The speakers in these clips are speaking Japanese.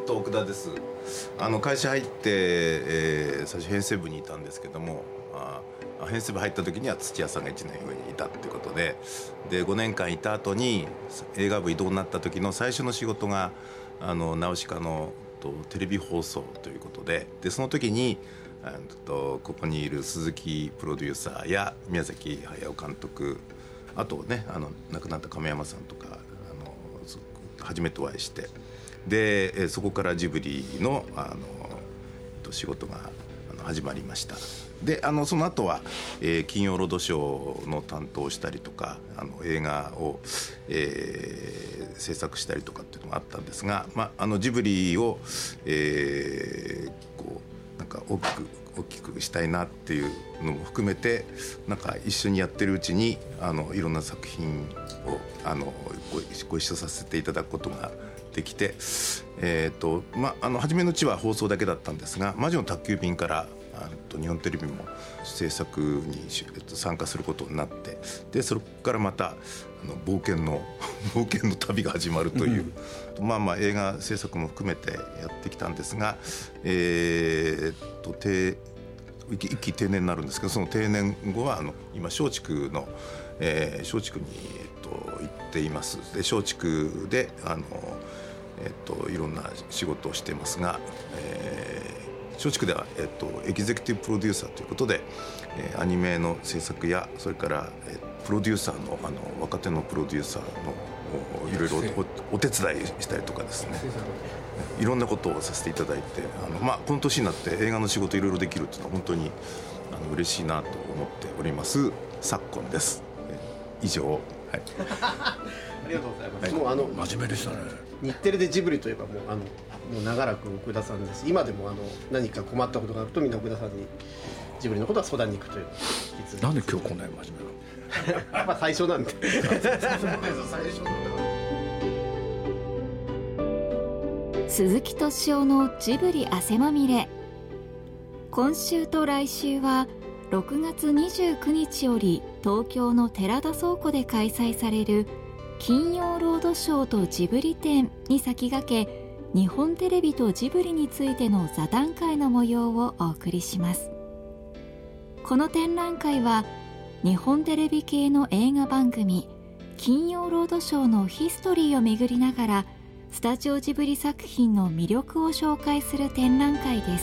奥田です。会社入って、最初編成部にいたんですけども、編成部入った時には土屋さんが1年上にいたってことで、5年間いた後に映画部異動になった時の最初の仕事がナウシカのテレビ放送ということで、その時にここにいる鈴木プロデューサーや宮崎駿監督、あとね亡くなった亀山さんとか初めてお会いして、でそこからジブリの仕事が始まりました。でその後は、金曜ロードショーの担当をしたりとか映画を、制作したりとかっていうのがあったんですが、ジブリを、こうなんか大きくしたいなっていうのも含めて、なんか一緒にやってるうちにいろんな作品をご一緒させていただくことができて、初めのうちは放送だけだったんですが、魔女の宅急便から日本テレビも制作に参加することになって、でそれからまた冒険の旅が始まるという、映画制作も含めてやってきたんですが、一期定年になるんですけど、その定年後は今松竹に、行っています。で松竹でいろんな仕事をしていますが、松竹では、エグゼクティブプロデューサーということで、アニメの制作や、それから、プロデューサーの、若手のプロデューサーのいろいろお手伝いしたりとかですね、いろんなことをさせていただいて、この年になって映画の仕事いろいろできるっていうのは本当に嬉しいなと思っております昨今です。以上、はい、 ありがとうございます。もう真面目でしたね。 日テレでジブリといえばもう長らく奥田さんです。今でも何か困ったことがあるとみんな奥田さんにジブリのことは相談に行くという。 なんで今日こんなに真面目なの最初なんで鈴木敏夫のジブリ汗まみれ。今週と来週は6月29日より東京の寺田倉庫で開催される金曜ロードショーとジブリ展に先駆け、日本テレビとジブリについての座談会の模様をお送りします。この展覧会は日本テレビ系の映画番組金曜ロードショーのヒストリーを巡りながら、スタジオジブリ作品の魅力を紹介する展覧会です。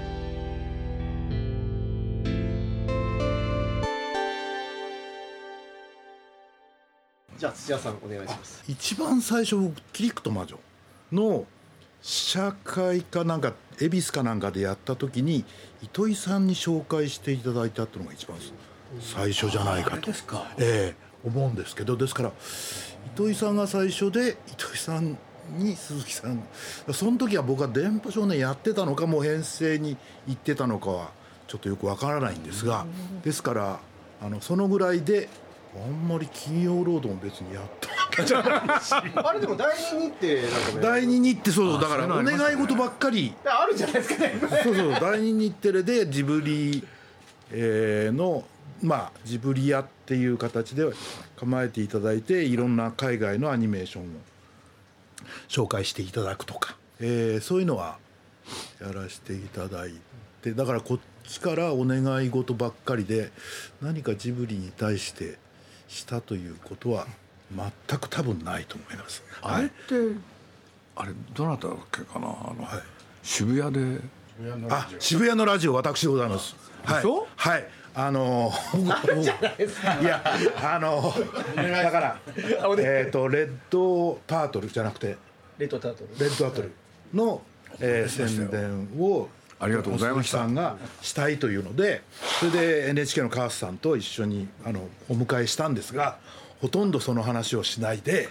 じゃあ土屋さんお願いします。 一番最初キリクと魔女の試写会かなんか恵比寿かなんかでやった時に糸井さんに紹介していただいたっていうのが一番最初じゃないかと思うんですけど、ですから糸井さんが最初で、糸井さんに鈴木さん、その時は僕は電波少年やってたのかもう編成に行ってたのかはちょっとよくわからないんですが、ですからそのぐらいであんまり金曜ロードも別にやったわけじゃないしあれでも第2日ってなんか、 第2日ってそうだからお願い事ばっかりあるじゃないですかねそう第2日テレでジブリ、のジブリ屋っていう形で構えていただいて、いろんな海外のアニメーションを紹介していただくとか、そういうのはやらせていただいて、だからこっちからお願い事ばっかりで何かジブリに対してしたということは全く多分ないと思います。 あれって、あれどなただっけかな、渋谷で渋谷のラジオ、私でございます。はい、はい、いやだからレッドタートルじゃなくてレッドタートルの、宣伝をありがとうございました。 鈴木さんがしたいというので、それで NHK の川瀬さんと一緒にお迎えしたんですが、ほとんどその話をしないで、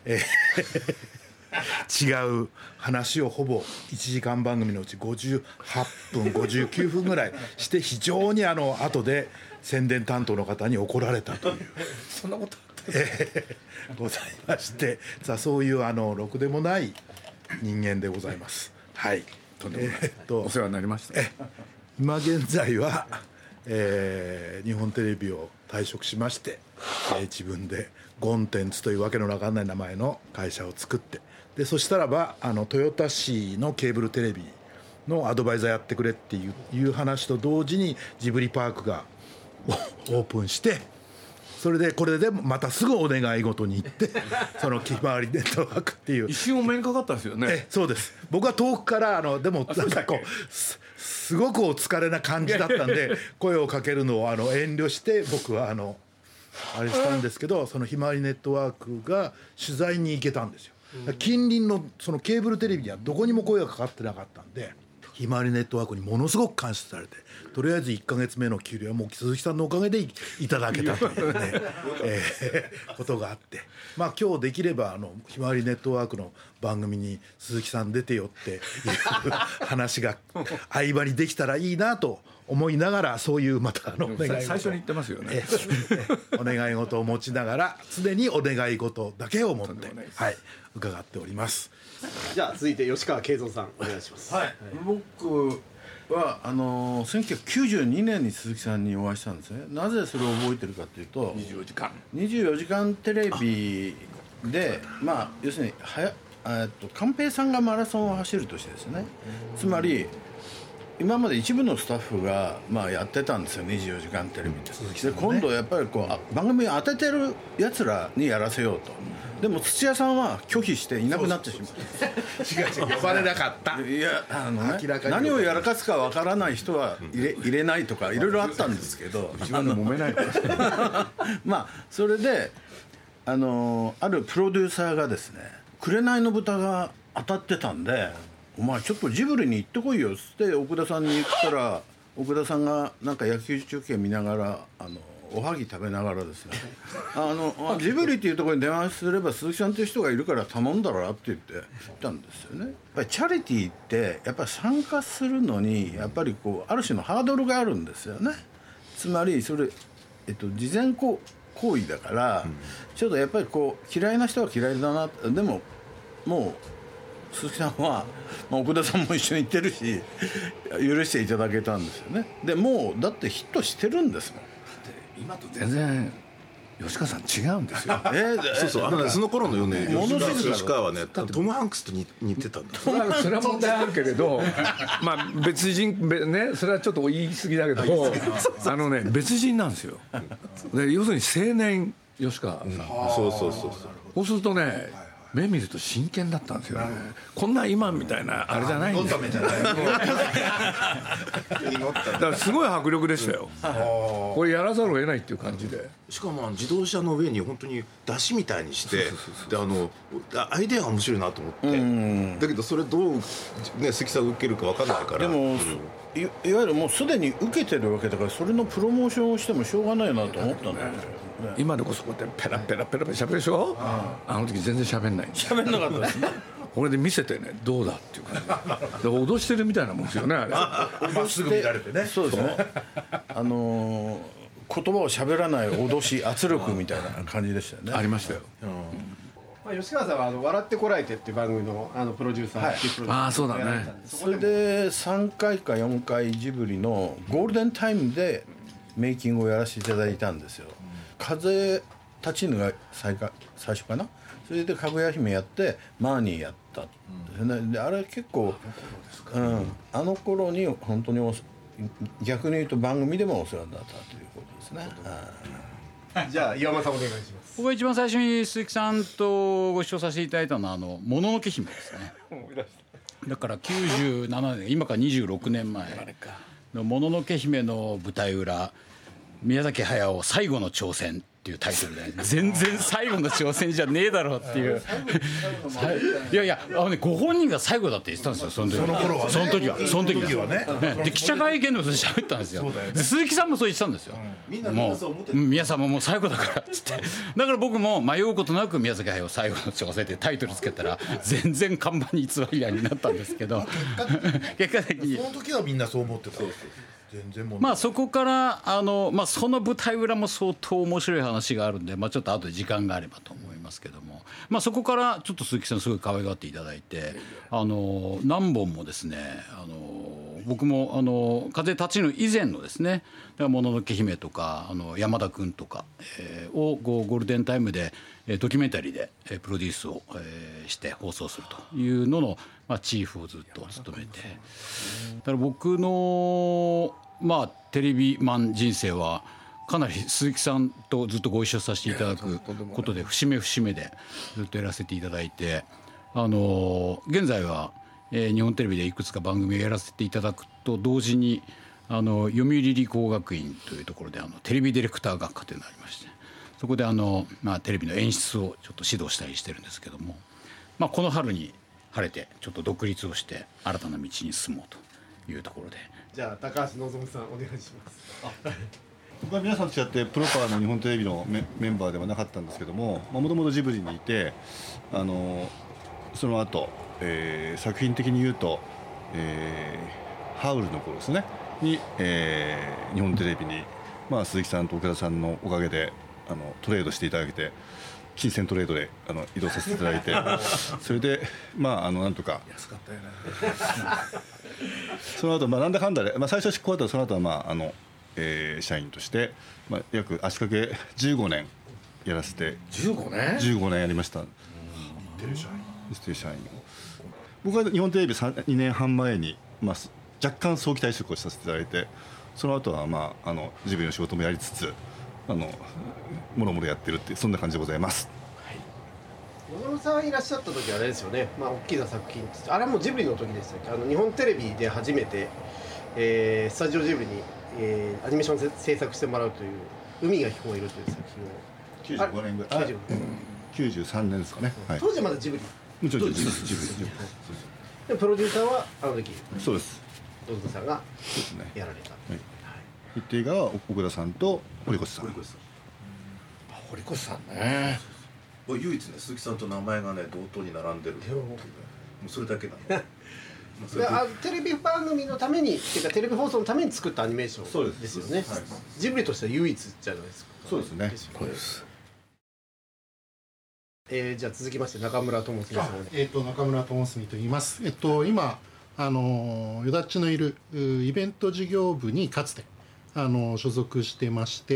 違う話をほぼ1時間番組のうち58分59分ぐらいして非常に後で宣伝担当の方に怒られたというそんなことございまして、そういうろくでもない人間でございます。はい、 お世話になりました。 今現在は、日本テレビを退職しまして、自分でゴンテンツというわけのわかんない名前の会社を作って、 でそしたらば豊田市のケーブルテレビのアドバイザーやってくれっていう話と同時にジブリパークがオープンして、それでこれでまたすぐお願い事に行ってそのひまわりネットワークっていう一瞬お目にかかったんですよね。 そうです。僕は遠くからでもなんかこうすごくお疲れな感じだったんで声をかけるのを遠慮して僕はあれしたんですけど、そのひまわりネットワークが取材に行けたんですよ。近隣のそのケーブルテレビにはどこにも声がかかってなかったんで、ひまわりネットワークにものすごく感謝されて、とりあえず1ヶ月目の給料はもう鈴木さんのおかげでいただけたというねことがあって、まあ今日できればひまわりネットワークの番組に鈴木さん出てよっていう話が合間にできたらいいなと思いながら、そういうまたお願い事最初に言ってますよね。 お願い事を持ちながら常にお願い事だけを持って、はい、伺っております。 じゃあ続いて吉川慶三さんお願いします。 はい、僕は1992年に鈴木さんにお会いしたんですね。なぜそれを覚えてるかというと、24時間テレビで、まあ要するに寛平さんがマラソンを走るとしてですね、つまり今まで一部のスタッフがやってたんですよ、24時間テレビって。で今度やっぱり番組を当ててるやつらにやらせようと。でも土屋さんは拒否していなくなってしまう。 呼ばれなかった。 いや何をやらかすかわからない人は入れないとかいろいろあったんですけど、 一番揉めないまあそれであるプロデューサーがですね、紅の豚が当たってたんで、お前ちょっとジブリに行ってこいよっつって奥田さんに言ったら、奥田さんがなんか野球中継見ながらおはぎ食べながらですねジブリっていうところに電話すれば鈴木さんという人がいるから頼んだらって言ったんですよね。やっぱりチャリティーってやっぱり参加するのにやっぱりある種のハードルがあるんですよね。つまりそれ事前行為だから、ちょっとやっぱり嫌いな人は嫌いだな。でももう鈴木さんは、奥田さんも一緒に行ってるし許していただけたんですよね。でもうだってヒットしてるんですもん。 今と全然吉川さん違うんですよ。 そうその頃のよね、吉川はねトム・ハンクスと似てたんだ。 それは問題あるけれどまあ別人ね、それはちょっと言い過ぎだけど別人なんですよ。で要するに青年吉川さん、そうするとね目見ると真剣だったんですよね。こんな今みたいなあれじゃないんだよ。だからすごい迫力でしたよ。これやらざるを得ないっていう感じで、 しかも自動車の上に本当に出汁みたいにしてでアイデアが面白いなと思って、だけどそれどう鈴木さん受けるか分かんないから。でもいわゆるもうすでに受けてるわけだから、それのプロモーションをしてもしょうがないなと思ったんだよね。 今でこそこうやってペラペラ喋るでしょ。あの時全然喋んない。 喋んなかったですね。 これで見せてね、どうだっていう感じで脅してるみたいなもんですよね、あれ。 まっすぐ見られてね。 そうですね。言葉を喋らない脅し、圧力みたいな感じでしたよね。 ありましたよ。 吉川さんは笑ってこられてっていう番組のプロデューサー、 ああそうだね。 それで3回か4回ジブリのゴールデンタイムでメイキングをやらせていただいたんですよ。風立ちぬが最初かな。それでかぐや姫やってマーニーやったんですね。であれ結構あの頃に本当に逆に言うと番組でもお世話になったということですね。 じゃあ岩間さんお願いします。 僕が一番最初に鈴木さんとご一緒させていただいたのはもののけ姫ですね。だから97年、今から26年前のもののけ姫の舞台裏、宮崎駿最後の挑戦っていうタイトルで、全然最後の挑戦じゃねえだろうっていういやご本人が最後だって言ってたんですよ、その頃はね。その時はね。で記者会見でもそれ喋ったんですよ。で鈴木さんもそう言ってたんですよ。もう宮さんももう最後だからっつって。だから僕も迷うことなく宮崎駿最後の挑戦ってタイトルつけたら全然看板に偽り合いになったんですけど結果的にその時はみんなそう思ってた。 そこからその舞台裏も相当面白い話があるんで、ちょっと後で時間があればと思いますけども、そこからちょっと鈴木さんすごい可愛がっていただいて、何本もですね僕も風立ちぬ以前のですねもののけ姫とか山田君とか、をゴールデンタイムでドキュメンタリーでプロデュースをして放送するというのの、チーフをずっと務めて、だから僕のテレビマン人生はかなり鈴木さんとずっとご一緒させていただくことで節目節目でずっとやらせていただいて、現在は日本テレビでいくつか番組をやらせていただくと同時に読売理工学院というところでテレビディレクター学科というのがありまして、そこでテレビの演出をちょっと指導したりしてるんですけども、この春に晴れてちょっと独立をして新たな道に進もうというところで、 じゃあ高橋望さんお願いします。 僕は皆さんと違ってプロパーの日本テレビのメンバーではなかったんですけども、もともとジブリにいて、その後、作品的に言うと、ハウルの頃ですねに、日本テレビに、鈴木さんと岡田さんのおかげでトレードしていただけて、金銭トレードで移動させていただいてそれでなんとか安かったよねその後なんだかんだで、最初は執行だったらその後は社員として、約足掛け15年やらせて15年やりました。テレ社員僕は日本テレビ2年半前に、若干早期退職をさせていただいて、その後はジブリの仕事もやりつつもろもろやってるって、そんな感じでございます。 小野さんいらっしゃった時はあれですよね、大きな作品あれはもうジブリの時でしたっけ。日本テレビで初めて、スタジオジブリに、アニメーション制作してもらうという海が聞こえるという作品を 95年ぐらい93年ですかね、 当時まだジブリもちろんジブリでプロデューサーは時そうです、 小野さんがやられた。 日程が奥田さんと堀越さん。 堀越さんね、 唯一ね鈴木さんと名前がね同等に並んでるっていうね、もうそれだけなのテレビ番組のためにっていうかテレビ放送のために作ったアニメーションですよね。ジブリとしては唯一じゃないですか。 そうですね。 そうです。 じゃあ続きまして中村智澄さん。 中村智澄と言います。今よだっちのいるイベント事業部にかつて所属してまして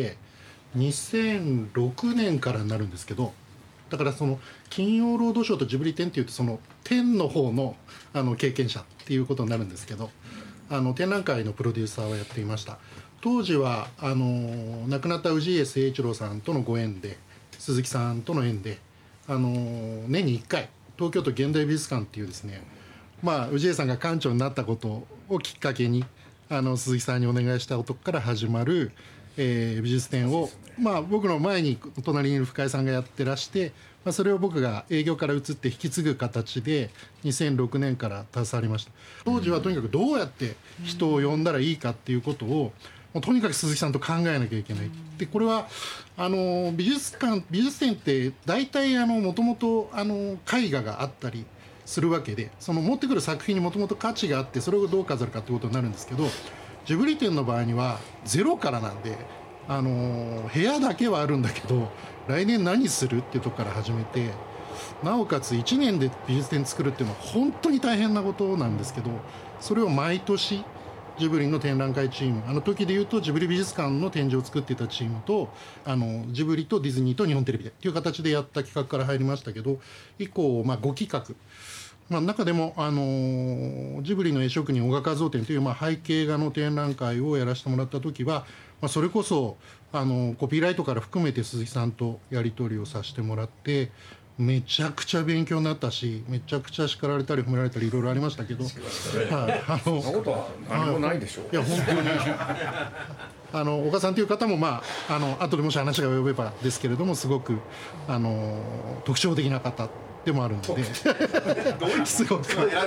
、2006年からになるんですけど、だからその金曜ロードショーとジブリ展っていうとその展の方の経験者っていうことになるんですけど、展覧会のプロデューサーをやっていました。当時は亡くなった氏家誠一郎さんとのご縁で、鈴木さんとの縁で年に1回東京都現代美術館っていうですね、氏家さんが館長になったことをきっかけに鈴木さんにお願いしたことから始まる、美術展を、僕の前に隣にいる深井さんがやってらして、それを僕が営業から移って引き継ぐ形で2006年から携わりました。当時はとにかくどうやって人を呼んだらいいかっていうことをもうとにかく鈴木さんと考えなきゃいけない。でこれは美術展って大体もともと絵画があったりするわけで、その持ってくる作品にもともと価値があって、それをどう飾るかってことになるんですけど、ジブリ展の場合にはゼロからなんで、部屋だけはあるんだけど来年何するっていうとこから始めて、なおかつ1年で美術展作るっていうのは本当に大変なことなんですけど、それを毎年ジブリの展覧会チーム、時でいうとジブリ美術館の展示を作っていたチームとジブリとディズニーと日本テレビでっていう形でやった企画から入りましたけど、以降5企画、中でもジブリの絵職人小賀和夫展という背景画の展覧会をやらせてもらった時は、それこそコピーライトから含めて鈴木さんとやり取りをさせてもらって、めちゃくちゃ勉強になったし、めちゃくちゃ叱られたり褒められたりいろいろありましたけど、そんなことは何もないでしょう。 いや本当に岡さんという方も後でもし話が及べばですけれども、すごく特徴的な方でもあるのですごく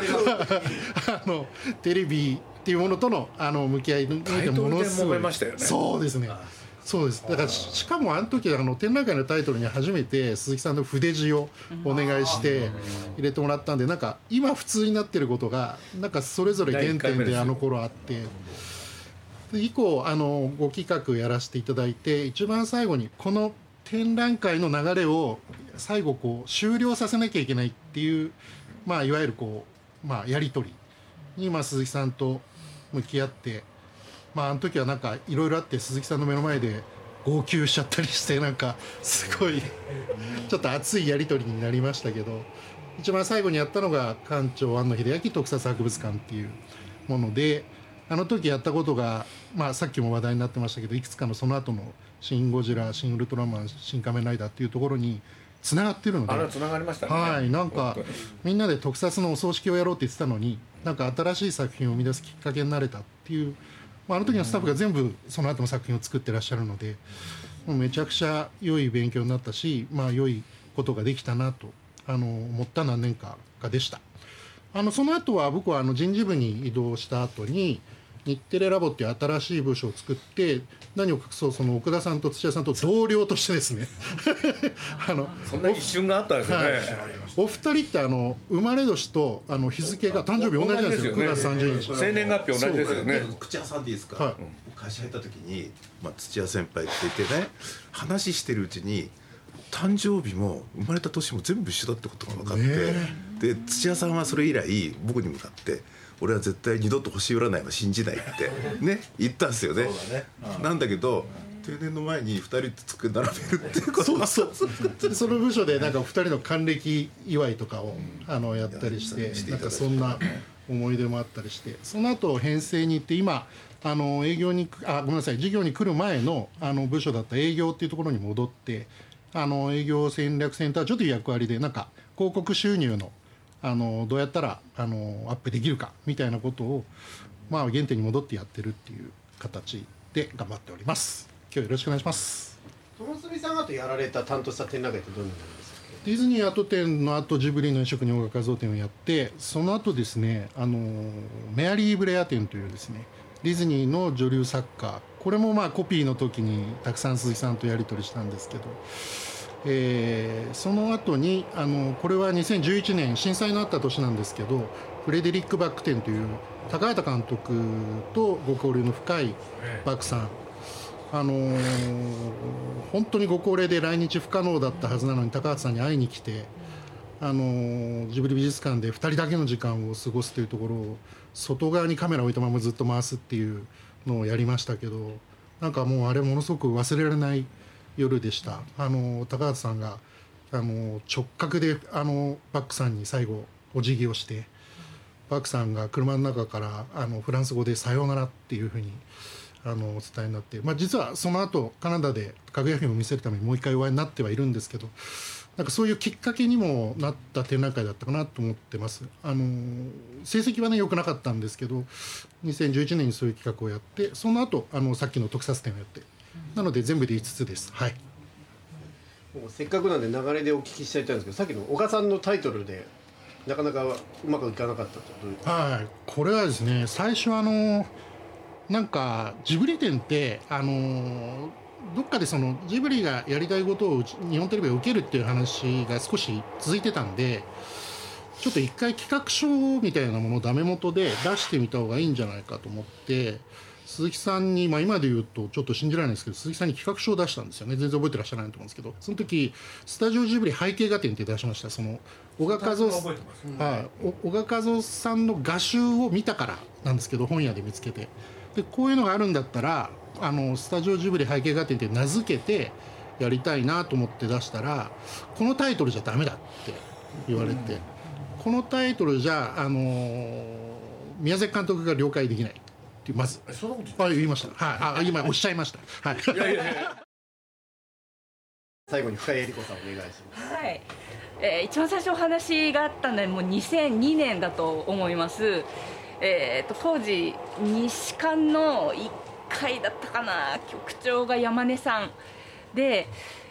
テレビっていうものとの向き合いにおいてものすごい、そうですね、そうです。だからしかもあの時展覧会のタイトルに初めて鈴木さんの筆字をお願いして入れてもらったんで、今普通になってることがそれぞれ原点で頃あって、以降ご企画やらせていただいて、一番最後にこの展覧会の流れを最後終了させなきゃいけないっていう、いわゆるやり取りに鈴木さんと向き合って、あの時はなんかいろいろあって鈴木さんの目の前で号泣しちゃったりして、なんかすごいちょっと熱いやり取りになりましたけど、一番最後にやったのが館長庵野秀明特撮博物館っていうもので、あの時やったことが、さっきも話題になってましたけど、いくつかのその後のシン・ゴジラ、シン・ウルトラマン、シン・仮面ライダーっていうところにつながってるので、 あれはつながりましたね。 はい、なんかみんなで特撮のお葬式をやろうって言ってたのに、なんか新しい作品を生み出すきっかけになれたっていう、あの時のスタッフが全部その後の作品を作ってらっしゃるので、もうめちゃくちゃ良い勉強になったし、良いことができたなと思った何年かでした。その後は僕は人事部に移動した後に日テレラボっていう新しい部署を作って、何を隠そう、その奥田さんと土屋さんと同僚としてですねそんな一瞬があったんですよね、 お二人って生まれ年と日付が誕生日同じなんですよ。9月30日生年月日同じですよね。 口挟んでいいですか、会社入った時に、土屋先輩って言ってね、話してるうちに誕生日も生まれた年も全部一緒だってことが分かって、で土屋さんはそれ以来僕に向かって俺は絶対二度と星占いは信じないってね言ったんですよね。なんだけど定年の前に2人つ並べるっていうことがその部署でなんか2人の還暦祝いとかをやったりして、なんかそんな思い出もあったりして、その後編成に行って、今営業にごめんなさい、事業に来る前の部署だった営業っていうところに戻って、営業戦略センター長という役割で、なんか広告収入のどうやったらアップできるかみたいなことを、原点に戻ってやってるっていう形で頑張っております。今日よろしくお願いします。 友住さんがとやられた担当した展覧会ってどんなのですか？ ディズニーアート展の後、ジブリの異色に大画像展をやって、その後ですね、メアリー・ブレア展というですね、ディズニーの女流作家、これもコピーの時にたくさん鈴木さんとやり取りしたんですけど、その後にこれは2011年震災のあった年なんですけど、フレデリック・バック展という高畑監督とご交流の深いバックさん、本当にご高齢で来日不可能だったはずなのに高畑さんに会いに来て、ジブリ美術館で2人だけの時間を過ごすというところを外側にカメラを置いたままずっと回すっていうのをやりましたけど、なんかもうあれものすごく忘れられない夜でした。高畑さんが直角でバックさんに最後お辞儀をして、バックさんが車の中からフランス語でさようならっていうふうにお伝えになって、実はその後カナダでかぐや姫を見せるためにもう一回お会いになってはいるんですけど、なんかそういうきっかけにもなった展覧会だったかなと思ってます。成績はね良くなかったんですけど、2011年にそういう企画をやって、その後さっきの特撮展をやって、なので全部で5つです。はい。 もうせっかくなんで流れでお聞きしちゃいたいんですけど、さっきの小賀さんのタイトルでなかなかうまくいかなかったとどういうこと？ はい、これはですね、最初なんかジブリ展ってどっかでそのジブリがやりたいことを日本テレビが受けるっていう話が少し続いてたんで、ちょっと一回企画書みたいなものをダメ元で出してみた方がいいんじゃないかと思って、鈴木さんに、今で言うとちょっと信じられないですけど、鈴木さんに企画書を出したんですよね。全然覚えてらっしゃらないと思うんですけど、その時スタジオジブリ背景画展って出しました。その小賀和夫さんの画集を見たからなんですけど、本屋で見つけて、でこういうのがあるんだったらスタジオジブリ背景画展って名付けてやりたいなと思って出したら、このタイトルじゃダメだって言われて、このタイトルじゃ宮崎監督が了解できないってまず言いました。はい、今おっしゃいました。はい。 最後に深井絵理子さんお願いします。 はい。一番最初お話があったのはもう2002年だと思います。当時西館の1階だったかな、局長が山根さんで、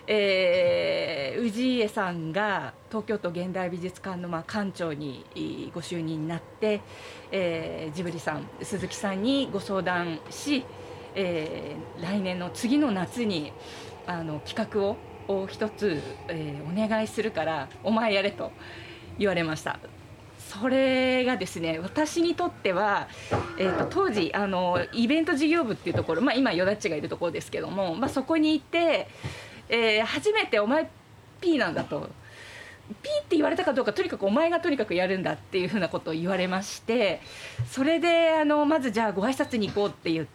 氏家さんが東京都現代美術館の館長にご就任になって、ジブリさん鈴木さんにご相談し、来年の次の夏に企画を一つ、お願いするからお前やれと言われました。それがですね、私にとっては、当時イベント事業部っていうところ、今よだっちがいるところですけども、そこにいて、初めてお前 P なんだと。 ピーって言われたかどうか、とにかくお前がとにかくやるんだっていうふうなことを言われまして、それでまずじゃあご挨拶に行こうって言って、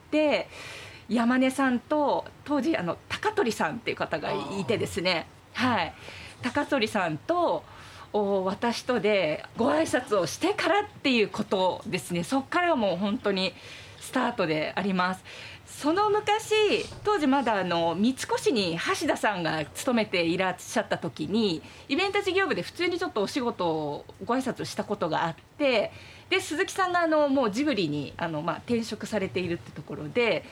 山根さんと当時高取さんっていう方がいてですね、はい、高取さんと私とでご挨拶をしてからっていうことですね。そこからはもう本当にスタートであります。その昔、当時まだ三越に橋田さんが勤めていらっしゃった時に、イベント事業部で普通にちょっとお仕事をご挨拶したことがあって、で鈴木さんがもうジブリに転職されているってところで、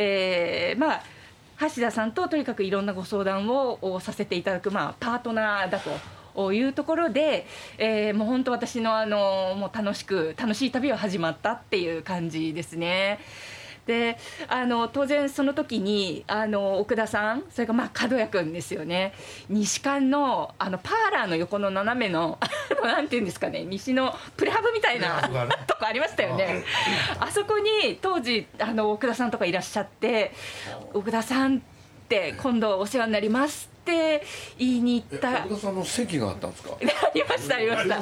橋田さんととにかくいろんなご相談をさせていただく、パートナーだというところで、もう本当私のもう楽しい旅は始まったっていう感じですね。で当然その時に奥田さん、それから角谷君ですよね、西館のパーラーの横の斜めのなんていうんですかね、西のプレハブみたいなとこありましたよね。あそこに当時奥田さんとかいらっしゃって、奥田さんって今度お世話になりますって言いに行った。 奥田さんの席があったんですか？ ありました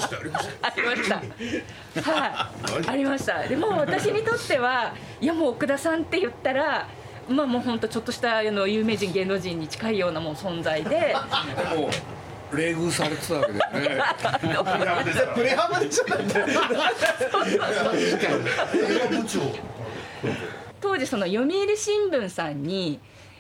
はい、ありました。でも私にとっては、いやもう奥田さんって言ったら、もう本当ちょっとした有名人芸能人に近いようなもう存在でもう冷遇されてたわけですね。 プレハブでしょだって当時その読売新聞さんに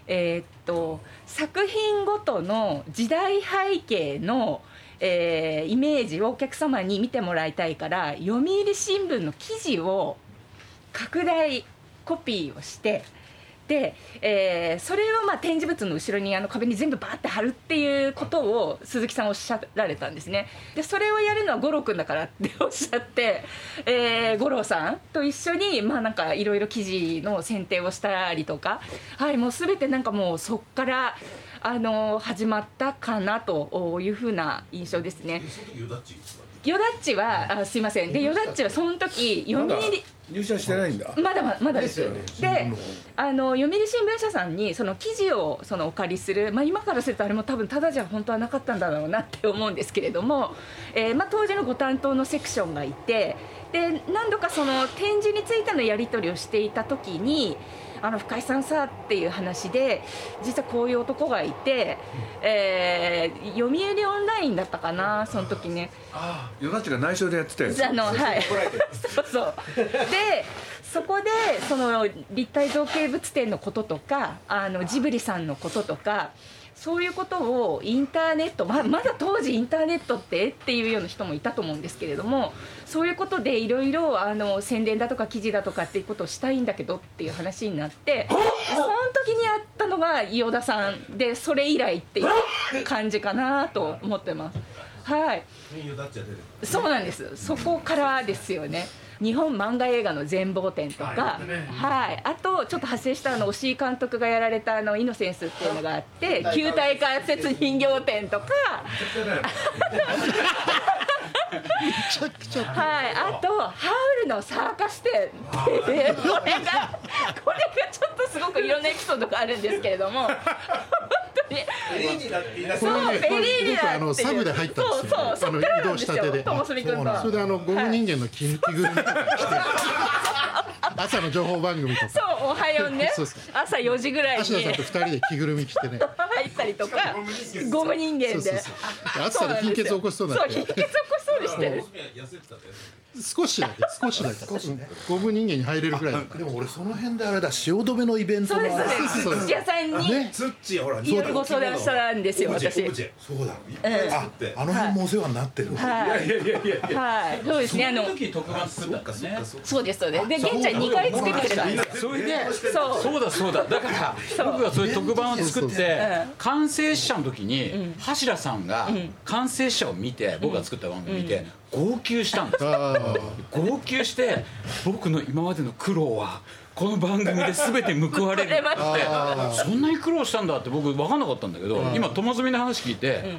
作品ごとの時代背景の、イメージをお客様に見てもらいたいから、読売新聞の記事を拡大コピーをして、で、それを展示物の後ろに壁に全部バーって貼るっていうことを鈴木さんおっしゃられたんですね。でそれをやるのは五郎くんだからっておっしゃって、五郎さんと一緒になんかいろいろ記事の選定をしたりとか、はい、もう全てなんかもうそっから始まったかなというふうな印象ですね。ヨダッチはすいません。でヨダッチはその時読売入社してないんだ。 まだですよね。で読売新聞社さんにその記事をお借りする、今からするとあれも多分ただじゃ本当はなかったんだろうなって思うんですけれども、当時のご担当のセクションがいて、で何度かその展示についてのやり取りをしていた時に、深井さんさっていう話で、実はこういう男がいて、読売オンラインだったかな、その時ね。 ヨダッチが内緒でやってたやつ。 はいそうでそこでその立体造形物展のこととかジブリさんのこととか、そういうことをインターネット、まだ当時インターネットっていうような人もいたと思うんですけれども、そういうことでいろいろ宣伝だとか記事だとかっていうことをしたいんだけどっていう話になって、その時にあったのが伊予田さんで、それ以来っていう感じかなと思ってます。はい、そうなんです。そこからですよね。日本漫画映画の全貌展とか、はい、あとちょっと派生した押井監督がやられたイノセンスっていうのがあって、球体関節人形展とかはい、あとハウルのサーカス展っていうこれがちょっとすごくいろんなエピソードがあるんですけれども、 これね、僕サブで入ったんですよ、移動したてで。それでゴム人間の着ぐるみとか着て朝の情報番組とか、 そうおはようね、朝4時ぐらいに橋田さんと2人で着ぐるみ着てね入ったりとか、ゴム人間で暑さで貧血起こしそうになって、 貧血起こしそうにしてる。 少しだけゴム人間に入れるぐらい。 でも俺その辺であれだ、汐留のイベントの土屋さんにいろいろご相談したんですよ、私。 そうだ、あの辺もお世話になってる。 はい、そうですね。 その時特番作ったんですね。 そうですそうです。で現在2回作ってくれたんです。 それでそうだだから僕がそういう特番を作って完成試写の時に橋田さんが完成試写を見て、僕が作った番組見て号泣したんです。号泣して、僕の今までの苦労はこの番組で全て報われるってそんなに苦労したんだって僕分かんなかったんだけど、今友積の話聞いて、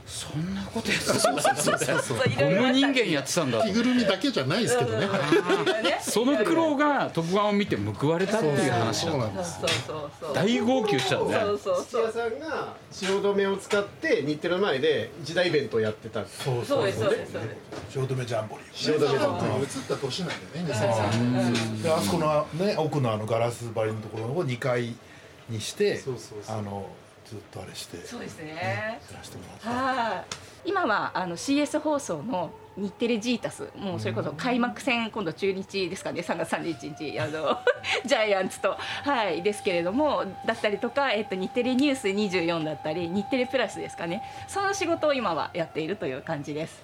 そんなことやってたんだ。ゴム人間やってたんだ。 着ぐるみだけじゃないですけどね。 その苦労が特番を見て報われたっていう話なんです。大号泣しちゃうね。 土屋さんが汐留を使って日テレの前で一大イベントをやってた。 そうです汐留ジャンボリー汐留ジャンボリー移った年なんでね、2003 であそこのね奥のガラス張りのところを2階にしてずっとあれしてそうですね。 やらせてもらって。 今はCS 放送の日テレジータス、もうそれこそ開幕戦、今度中日ですかね、3月31日ジャイアンツと、ですけれどもだったりとか、日テレニュース24だったり日テレプラスですかね、その仕事を今はやっているという感じです。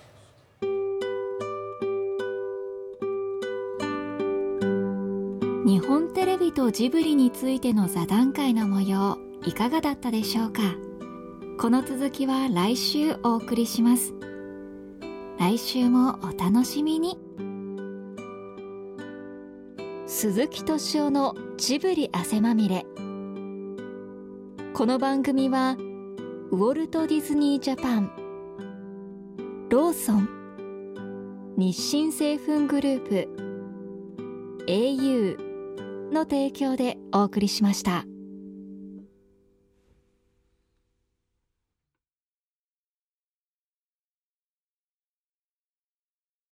日本テレビとジブリについての座談会の模様、いかがだったでしょうか。この続きは来週お送りします。来週もお楽しみに。鈴木敏夫のジブリ汗まみれ。この番組はウォルト・ディズニー・ジャパン、ローソン、日清製粉グループ、au の提供でお送りしました。